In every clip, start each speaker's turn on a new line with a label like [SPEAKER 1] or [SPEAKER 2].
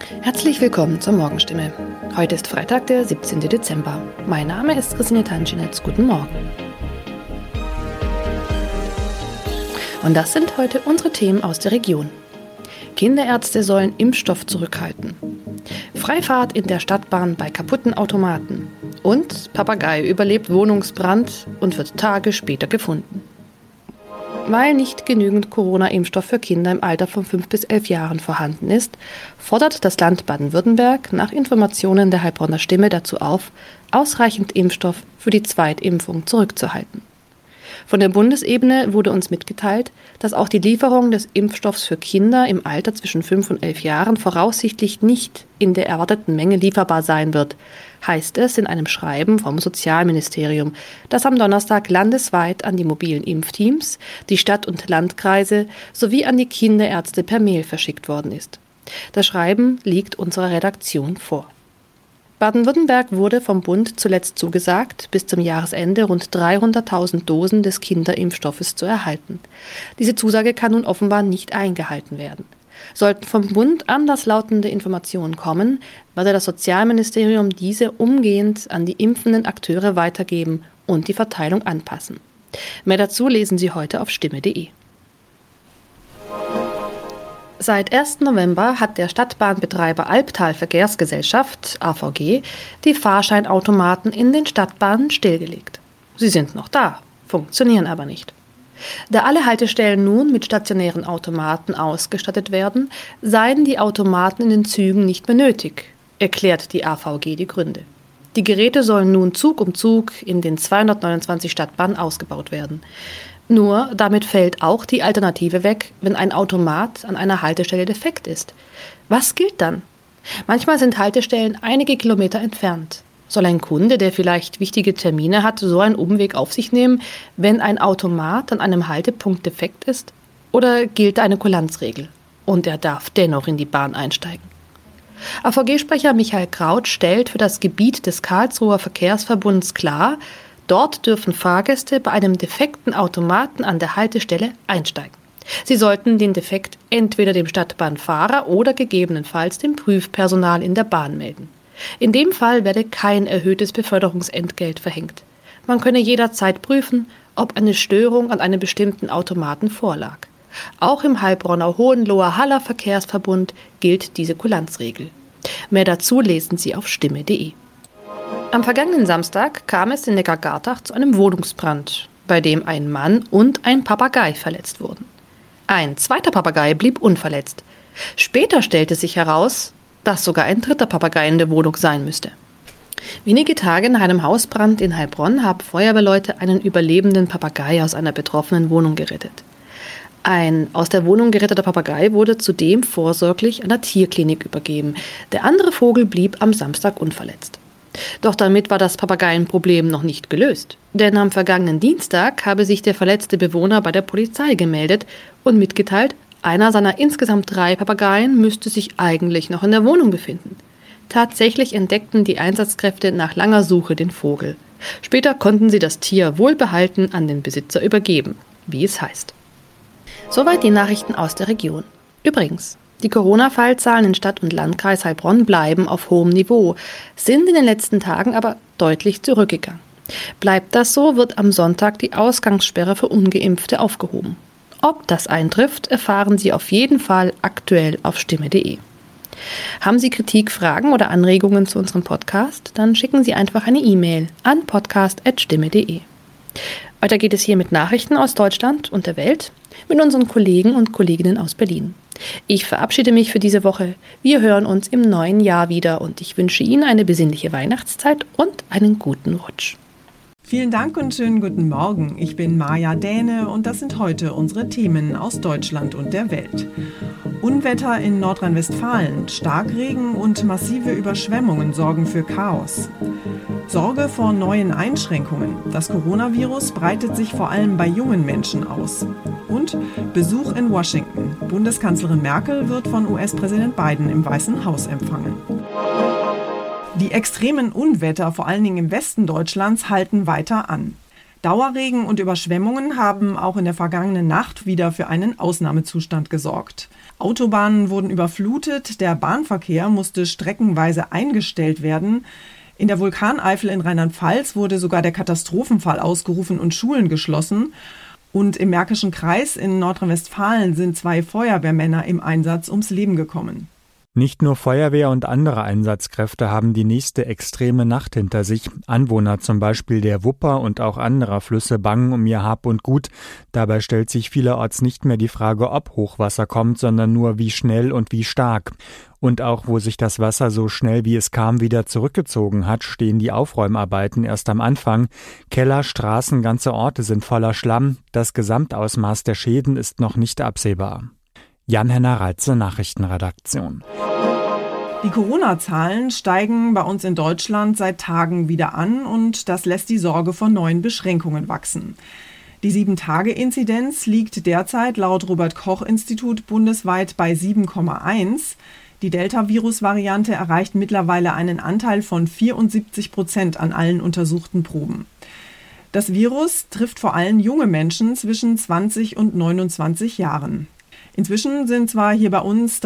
[SPEAKER 1] Herzlich willkommen zur Morgenstimme. Heute ist Freitag, der 17. Dezember. Mein Name ist Christine Tanschinetz. Guten Morgen. Und das sind heute unsere Themen aus der Region. Kinderärzte sollen Impfstoff zurückhalten. Freifahrt in der Stadtbahn bei kaputten Automaten. Und Papagei überlebt Wohnungsbrand und wird Tage später gefunden. Weil nicht genügend Corona-Impfstoff für Kinder im Alter von 5 bis 11 Jahren vorhanden ist, fordert das Land Baden-Württemberg nach Informationen der Heilbronner Stimme dazu auf, ausreichend Impfstoff für die Zweitimpfung zurückzuhalten. Von der Bundesebene wurde uns mitgeteilt, dass auch die Lieferung des Impfstoffs für Kinder im Alter zwischen 5 und 11 Jahren voraussichtlich nicht in der erwarteten Menge lieferbar sein wird, heißt es in einem Schreiben vom Sozialministerium, das am Donnerstag landesweit an die mobilen Impfteams, die Stadt- und Landkreise sowie an die Kinderärzte per Mail verschickt worden ist. Das Schreiben liegt unserer Redaktion vor. Baden-Württemberg wurde vom Bund zuletzt zugesagt, bis zum Jahresende rund 300.000 Dosen des Kinderimpfstoffes zu erhalten. Diese Zusage kann nun offenbar nicht eingehalten werden. Sollten vom Bund anderslautende Informationen kommen, werde das Sozialministerium diese umgehend an die impfenden Akteure weitergeben und die Verteilung anpassen. Mehr dazu lesen Sie heute auf stimme.de. Seit 1. November hat der Stadtbahnbetreiber Albtal Verkehrsgesellschaft, AVG, die Fahrscheinautomaten in den Stadtbahnen stillgelegt. Sie sind noch da, funktionieren aber nicht. Da alle Haltestellen nun mit stationären Automaten ausgestattet werden, seien die Automaten in den Zügen nicht mehr nötig, erklärt die AVG die Gründe. Die Geräte sollen nun Zug um Zug in den 229 Stadtbahnen ausgebaut werden. Nur damit fällt auch die Alternative weg, wenn ein Automat an einer Haltestelle defekt ist. Was gilt dann? Manchmal sind Haltestellen einige Kilometer entfernt. Soll ein Kunde, der vielleicht wichtige Termine hat, so einen Umweg auf sich nehmen, wenn ein Automat an einem Haltepunkt defekt ist? Oder gilt eine Kulanzregel und er darf dennoch in die Bahn einsteigen? AVG-Sprecher Michael Kraut stellt für das Gebiet des Karlsruher Verkehrsverbunds klar, dort dürfen Fahrgäste bei einem defekten Automaten an der Haltestelle einsteigen. Sie sollten den Defekt entweder dem Stadtbahnfahrer oder gegebenenfalls dem Prüfpersonal in der Bahn melden. In dem Fall werde kein erhöhtes Beförderungsentgelt verhängt. Man könne jederzeit prüfen, ob eine Störung an einem bestimmten Automaten vorlag. Auch im Heilbronner Hohenloher-Haller Verkehrsverbund gilt diese Kulanzregel. Mehr dazu lesen Sie auf stimme.de. Am vergangenen Samstag kam es in Neckargartach zu einem Wohnungsbrand, bei dem ein Mann und ein Papagei verletzt wurden. Ein zweiter Papagei blieb unverletzt. Später stellte sich heraus, dass sogar ein dritter Papagei in der Wohnung sein müsste. Wenige Tage nach einem Hausbrand in Heilbronn haben Feuerwehrleute einen überlebenden Papagei aus einer betroffenen Wohnung gerettet. Ein aus der Wohnung geretteter Papagei wurde zudem vorsorglich einer Tierklinik übergeben. Der andere Vogel blieb am Samstag unverletzt. Doch damit war das Papageienproblem noch nicht gelöst. Denn am vergangenen Dienstag habe sich der verletzte Bewohner bei der Polizei gemeldet und mitgeteilt, einer seiner insgesamt 3 Papageien müsste sich eigentlich noch in der Wohnung befinden. Tatsächlich entdeckten die Einsatzkräfte nach langer Suche den Vogel. Später konnten sie das Tier wohlbehalten an den Besitzer übergeben, wie es heißt. Soweit die Nachrichten aus der Region. Übrigens, die Corona-Fallzahlen in Stadt und Landkreis Heilbronn bleiben auf hohem Niveau, sind in den letzten Tagen aber deutlich zurückgegangen. Bleibt das so, wird am Sonntag die Ausgangssperre für Ungeimpfte aufgehoben. Ob das eintrifft, erfahren Sie auf jeden Fall aktuell auf stimme.de. Haben Sie Kritik, Fragen oder Anregungen zu unserem Podcast? Dann schicken Sie einfach eine E-Mail an podcast@stimme.de. Weiter geht es hier mit Nachrichten aus Deutschland und der Welt mit unseren Kollegen und Kolleginnen aus Berlin. Ich verabschiede mich für diese Woche. Wir hören uns im neuen Jahr wieder und ich wünsche Ihnen eine besinnliche Weihnachtszeit und einen guten Rutsch.
[SPEAKER 2] Vielen Dank und schönen guten Morgen. Ich bin Maja Däne und das sind heute unsere Themen aus Deutschland und der Welt. Unwetter in Nordrhein-Westfalen, Starkregen und massive Überschwemmungen sorgen für Chaos. Sorge vor neuen Einschränkungen. Das Coronavirus breitet sich vor allem bei jungen Menschen aus. Und Besuch in Washington. Bundeskanzlerin Merkel wird von US-Präsident Biden im Weißen Haus empfangen. Die extremen Unwetter, vor allen Dingen im Westen Deutschlands, halten weiter an. Dauerregen und Überschwemmungen haben auch in der vergangenen Nacht wieder für einen Ausnahmezustand gesorgt. Autobahnen wurden überflutet, der Bahnverkehr musste streckenweise eingestellt werden. In der Vulkaneifel in Rheinland-Pfalz wurde sogar der Katastrophenfall ausgerufen und Schulen geschlossen. Und im Märkischen Kreis in Nordrhein-Westfalen sind 2 Feuerwehrmänner im Einsatz ums Leben gekommen.
[SPEAKER 3] Nicht nur Feuerwehr und andere Einsatzkräfte haben die nächste extreme Nacht hinter sich. Anwohner zum Beispiel der Wupper und auch anderer Flüsse bangen um ihr Hab und Gut. Dabei stellt sich vielerorts nicht mehr die Frage, ob Hochwasser kommt, sondern nur wie schnell und wie stark. Und auch wo sich das Wasser so schnell wie es kam wieder zurückgezogen hat, stehen die Aufräumarbeiten erst am Anfang. Keller, Straßen, ganze Orte sind voller Schlamm. Das Gesamtausmaß der Schäden ist noch nicht absehbar. Jan-Henner Reitze, Nachrichtenredaktion.
[SPEAKER 2] Die Corona-Zahlen steigen bei uns in Deutschland seit Tagen wieder an und das lässt die Sorge vor neuen Beschränkungen wachsen. Die 7-Tage-Inzidenz liegt derzeit laut Robert-Koch-Institut bundesweit bei 7,1. Die Delta-Virus-Variante erreicht mittlerweile einen Anteil von 74% an allen untersuchten Proben. Das Virus trifft vor allem junge Menschen zwischen 20 und 29 Jahren. Inzwischen sind zwar hier bei uns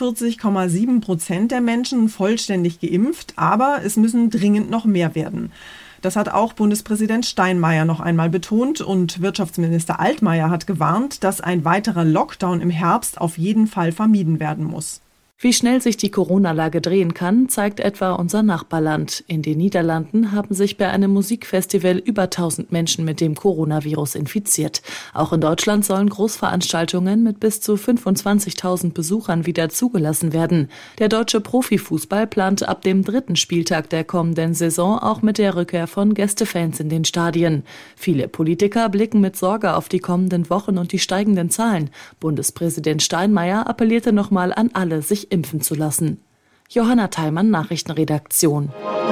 [SPEAKER 2] 43,7% der Menschen vollständig geimpft, aber es müssen dringend noch mehr werden. Das hat auch Bundespräsident Steinmeier noch einmal betont und Wirtschaftsminister Altmaier hat gewarnt, dass ein weiterer Lockdown im Herbst auf jeden Fall vermieden werden muss.
[SPEAKER 4] Wie schnell sich die Corona-Lage drehen kann, zeigt etwa unser Nachbarland. In den Niederlanden haben sich bei einem Musikfestival über 1000 Menschen mit dem Coronavirus infiziert. Auch in Deutschland sollen Großveranstaltungen mit bis zu 25.000 Besuchern wieder zugelassen werden. Der deutsche Profifußball plant ab dem 3. Spieltag der kommenden Saison auch mit der Rückkehr von Gästefans in den Stadien. Viele Politiker blicken mit Sorge auf die kommenden Wochen und die steigenden Zahlen. Bundespräsident Steinmeier appellierte nochmal an alle, sich impfen zu lassen. Johanna Theimann, Nachrichtenredaktion.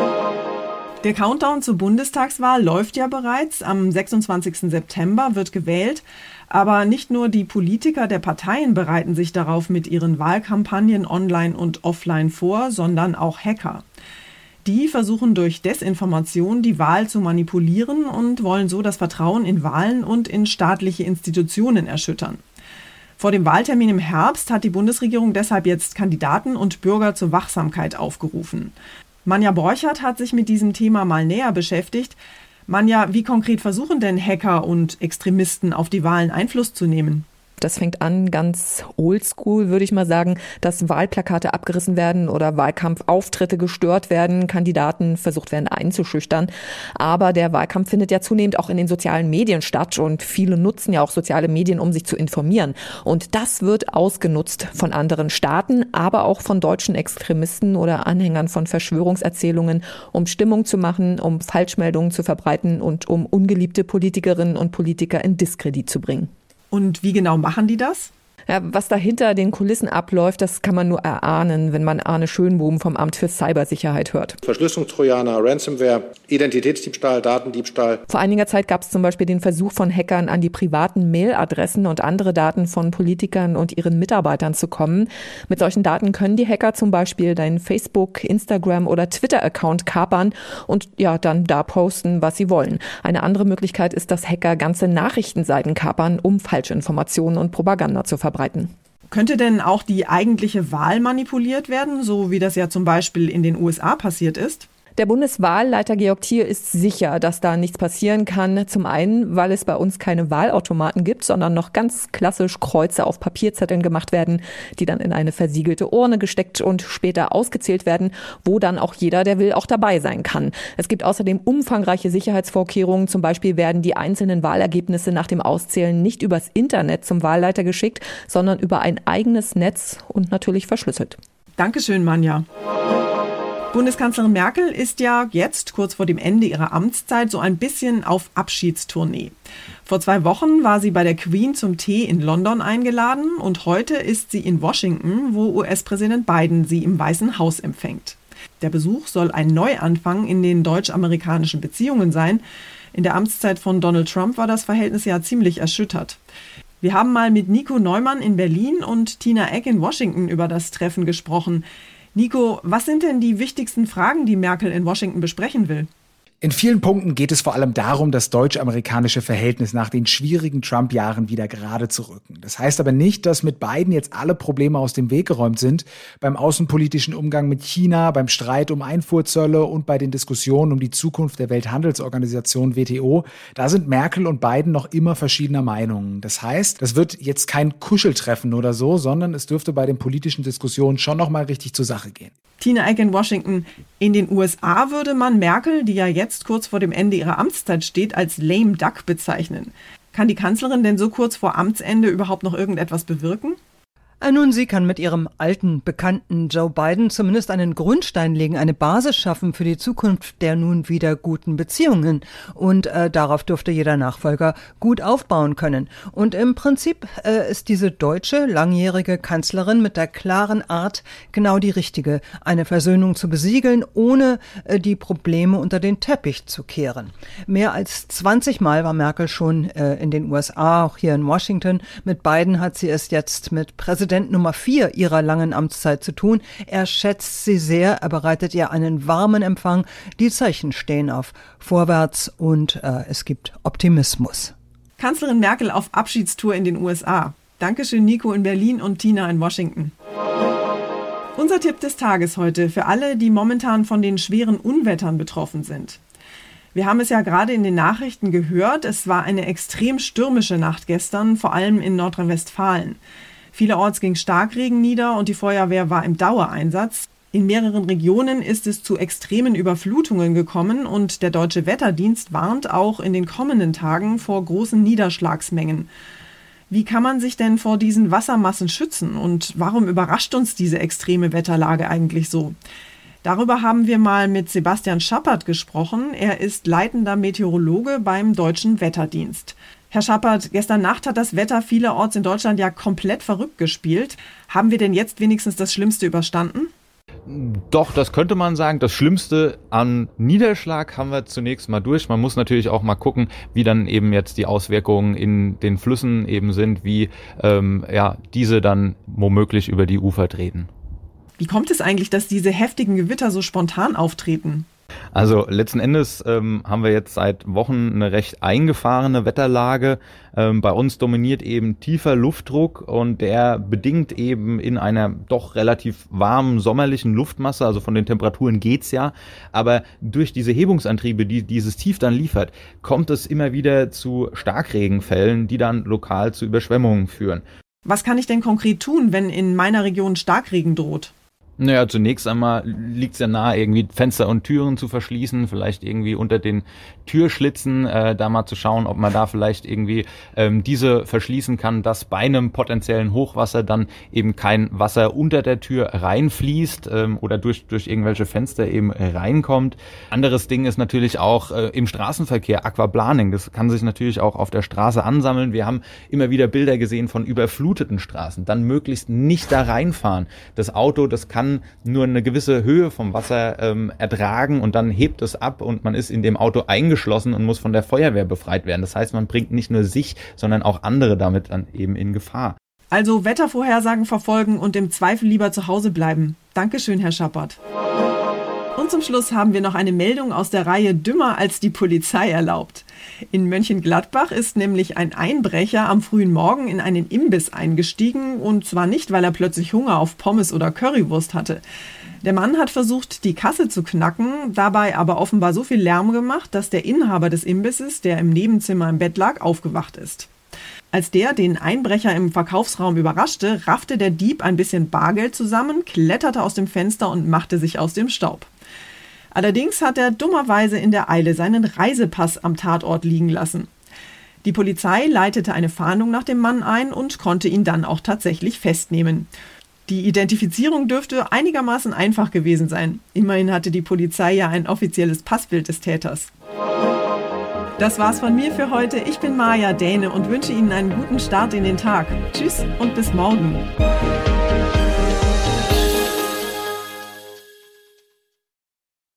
[SPEAKER 2] Der Countdown zur Bundestagswahl läuft ja bereits. Am 26. September wird gewählt. Aber nicht nur die Politiker der Parteien bereiten sich darauf mit ihren Wahlkampagnen online und offline vor, sondern auch Hacker. Die versuchen durch Desinformation die Wahl zu manipulieren und wollen so das Vertrauen in Wahlen und in staatliche Institutionen erschüttern. Vor dem Wahltermin im Herbst hat die Bundesregierung deshalb jetzt Kandidaten und Bürger zur Wachsamkeit aufgerufen. Manja Borchert hat sich mit diesem Thema mal näher beschäftigt. Manja, wie konkret versuchen denn Hacker und Extremisten auf die Wahlen Einfluss zu nehmen?
[SPEAKER 5] Das fängt an ganz oldschool, würde ich mal sagen, dass Wahlplakate abgerissen werden oder Wahlkampfauftritte gestört werden, Kandidaten versucht werden einzuschüchtern. Aber der Wahlkampf findet ja zunehmend auch in den sozialen Medien statt und viele nutzen ja auch soziale Medien, um sich zu informieren. Und das wird ausgenutzt von anderen Staaten, aber auch von deutschen Extremisten oder Anhängern von Verschwörungserzählungen, um Stimmung zu machen, um Falschmeldungen zu verbreiten und um ungeliebte Politikerinnen und Politiker in Diskredit zu bringen.
[SPEAKER 2] Und wie genau machen die das?
[SPEAKER 5] Ja, was da hinter den Kulissen abläuft, das kann man nur erahnen, wenn man Arne Schönbohm vom Amt für Cybersicherheit hört.
[SPEAKER 6] Verschlüsselungstrojaner, Ransomware, Identitätsdiebstahl, Datendiebstahl.
[SPEAKER 5] Vor einiger Zeit gab es zum Beispiel den Versuch von Hackern, an die privaten Mailadressen und andere Daten von Politikern und ihren Mitarbeitern zu kommen. Mit solchen Daten können die Hacker zum Beispiel deinen Facebook-, Instagram- oder Twitter-Account kapern und ja dann da posten, was sie wollen. Eine andere Möglichkeit ist, dass Hacker ganze Nachrichtenseiten kapern, um Falschinformationen und Propaganda zu verbreiten.
[SPEAKER 2] Könnte denn auch die eigentliche Wahl manipuliert werden, so wie das ja zum Beispiel in den USA passiert ist?
[SPEAKER 5] Der Bundeswahlleiter Georg Thier ist sicher, dass da nichts passieren kann. Zum einen, weil es bei uns keine Wahlautomaten gibt, sondern noch ganz klassisch Kreuze auf Papierzetteln gemacht werden, die dann in eine versiegelte Urne gesteckt und später ausgezählt werden, wo dann auch jeder, der will, auch dabei sein kann. Es gibt außerdem umfangreiche Sicherheitsvorkehrungen. Zum Beispiel werden die einzelnen Wahlergebnisse nach dem Auszählen nicht übers Internet zum Wahlleiter geschickt, sondern über ein eigenes Netz und natürlich verschlüsselt.
[SPEAKER 2] Dankeschön, Manja. Bundeskanzlerin Merkel ist ja jetzt, kurz vor dem Ende ihrer Amtszeit, so ein bisschen auf Abschiedstournee. Vor 2 Wochen war sie bei der Queen zum Tee in London eingeladen und heute ist sie in Washington, wo US-Präsident Biden sie im Weißen Haus empfängt. Der Besuch soll ein Neuanfang in den deutsch-amerikanischen Beziehungen sein. In der Amtszeit von Donald Trump war das Verhältnis ja ziemlich erschüttert. Wir haben mal mit Nico Neumann in Berlin und Tina Eck in Washington über das Treffen gesprochen. Nico, was sind denn die wichtigsten Fragen, die Merkel in Washington besprechen will?
[SPEAKER 7] In vielen Punkten geht es vor allem darum, das deutsch-amerikanische Verhältnis nach den schwierigen Trump-Jahren wieder gerade zu rücken. Das heißt aber nicht, dass mit Biden jetzt alle Probleme aus dem Weg geräumt sind. Beim außenpolitischen Umgang mit China, beim Streit um Einfuhrzölle und bei den Diskussionen um die Zukunft der Welthandelsorganisation WTO, da sind Merkel und Biden noch immer verschiedener Meinungen. Das heißt, das wird jetzt kein Kuscheltreffen oder so, sondern es dürfte bei den politischen Diskussionen schon noch mal richtig zur Sache gehen.
[SPEAKER 2] Tina Eck in Washington. In den USA würde man Merkel, die ja jetzt kurz vor dem Ende ihrer Amtszeit steht, als lame duck bezeichnen. Kann die Kanzlerin denn so kurz vor Amtsende überhaupt noch irgendetwas bewirken?
[SPEAKER 8] Nun, sie kann mit ihrem alten Bekannten Joe Biden zumindest einen Grundstein legen, eine Basis schaffen für die Zukunft der nun wieder guten Beziehungen. Und darauf dürfte jeder Nachfolger gut aufbauen können. Und im Prinzip ist diese deutsche, langjährige Kanzlerin mit der klaren Art genau die richtige, eine Versöhnung zu besiegeln, ohne die Probleme unter den Teppich zu kehren. Mehr als 20 Mal war Merkel schon in den USA, auch hier in Washington. Mit Biden hat sie es jetzt mit Präsident Nummer 4 ihrer langen Amtszeit zu tun. Er schätzt sie sehr, er bereitet ihr einen warmen Empfang. Die Zeichen stehen auf Vorwärts und es gibt Optimismus.
[SPEAKER 2] Kanzlerin Merkel auf Abschiedstour in den USA. Dankeschön Nico in Berlin und Tina in Washington. Unser Tipp des Tages heute für alle, die momentan von den schweren Unwettern betroffen sind. Wir haben es ja gerade in den Nachrichten gehört, es war eine extrem stürmische Nacht gestern, vor allem in Nordrhein-Westfalen. Vielerorts ging Starkregen nieder und die Feuerwehr war im Dauereinsatz. In mehreren Regionen ist es zu extremen Überflutungen gekommen und der Deutsche Wetterdienst warnt auch in den kommenden Tagen vor großen Niederschlagsmengen. Wie kann man sich denn vor diesen Wassermassen schützen und warum überrascht uns diese extreme Wetterlage eigentlich so? Darüber haben wir mal mit Sebastian Schappert gesprochen. Er ist leitender Meteorologe beim Deutschen Wetterdienst. Herr Schappert, gestern Nacht hat das Wetter vielerorts in Deutschland ja komplett verrückt gespielt. Haben wir denn jetzt wenigstens das Schlimmste überstanden?
[SPEAKER 9] Doch, das könnte man sagen. Das Schlimmste an Niederschlag haben wir zunächst mal durch. Man muss natürlich auch mal gucken, wie dann eben jetzt die Auswirkungen in den Flüssen eben sind, wie diese dann womöglich über die Ufer treten.
[SPEAKER 2] Wie kommt es eigentlich, dass diese heftigen Gewitter so spontan auftreten?
[SPEAKER 9] Also letzten Endes haben wir jetzt seit Wochen eine recht eingefahrene Wetterlage. Bei uns dominiert eben tiefer Luftdruck und der bedingt eben in einer doch relativ warmen sommerlichen Luftmasse, also von den Temperaturen geht's ja, aber durch diese Hebungsantriebe, die dieses Tief dann liefert, kommt es immer wieder zu Starkregenfällen, die dann lokal zu Überschwemmungen führen.
[SPEAKER 2] Was kann ich denn konkret tun, wenn in meiner Region Starkregen droht?
[SPEAKER 9] Naja, zunächst einmal liegt es ja nahe, irgendwie Fenster und Türen zu verschließen, vielleicht irgendwie unter den Türschlitzen da mal zu schauen, ob man da vielleicht irgendwie diese verschließen kann, dass bei einem potenziellen Hochwasser dann eben kein Wasser unter der Tür reinfließt oder durch irgendwelche Fenster eben reinkommt. Anderes Ding ist natürlich auch im Straßenverkehr Aquaplaning. Das kann sich natürlich auch auf der Straße ansammeln. Wir haben immer wieder Bilder gesehen von überfluteten Straßen. Dann möglichst nicht da reinfahren. Das Auto, das kann nur eine gewisse Höhe vom Wasser ertragen und dann hebt es ab und man ist in dem Auto eingeschlossen und muss von der Feuerwehr befreit werden. Das heißt, man bringt nicht nur sich, sondern auch andere damit dann eben in Gefahr.
[SPEAKER 2] Also Wettervorhersagen verfolgen und im Zweifel lieber zu Hause bleiben. Dankeschön, Herr Schappert. Und zum Schluss haben wir noch eine Meldung aus der Reihe Dümmer als die Polizei erlaubt. In Mönchengladbach ist nämlich ein Einbrecher am frühen Morgen in einen Imbiss eingestiegen und zwar nicht, weil er plötzlich Hunger auf Pommes oder Currywurst hatte. Der Mann hat versucht, die Kasse zu knacken, dabei aber offenbar so viel Lärm gemacht, dass der Inhaber des Imbisses, der im Nebenzimmer im Bett lag, aufgewacht ist. Als der den Einbrecher im Verkaufsraum überraschte, raffte der Dieb ein bisschen Bargeld zusammen, kletterte aus dem Fenster und machte sich aus dem Staub. Allerdings hat er dummerweise in der Eile seinen Reisepass am Tatort liegen lassen. Die Polizei leitete eine Fahndung nach dem Mann ein und konnte ihn dann auch tatsächlich festnehmen. Die Identifizierung dürfte einigermaßen einfach gewesen sein. Immerhin hatte die Polizei ja ein offizielles Passbild des Täters. Das war's von mir für heute. Ich bin Maja Däne und wünsche Ihnen einen guten Start in den Tag. Tschüss und bis morgen.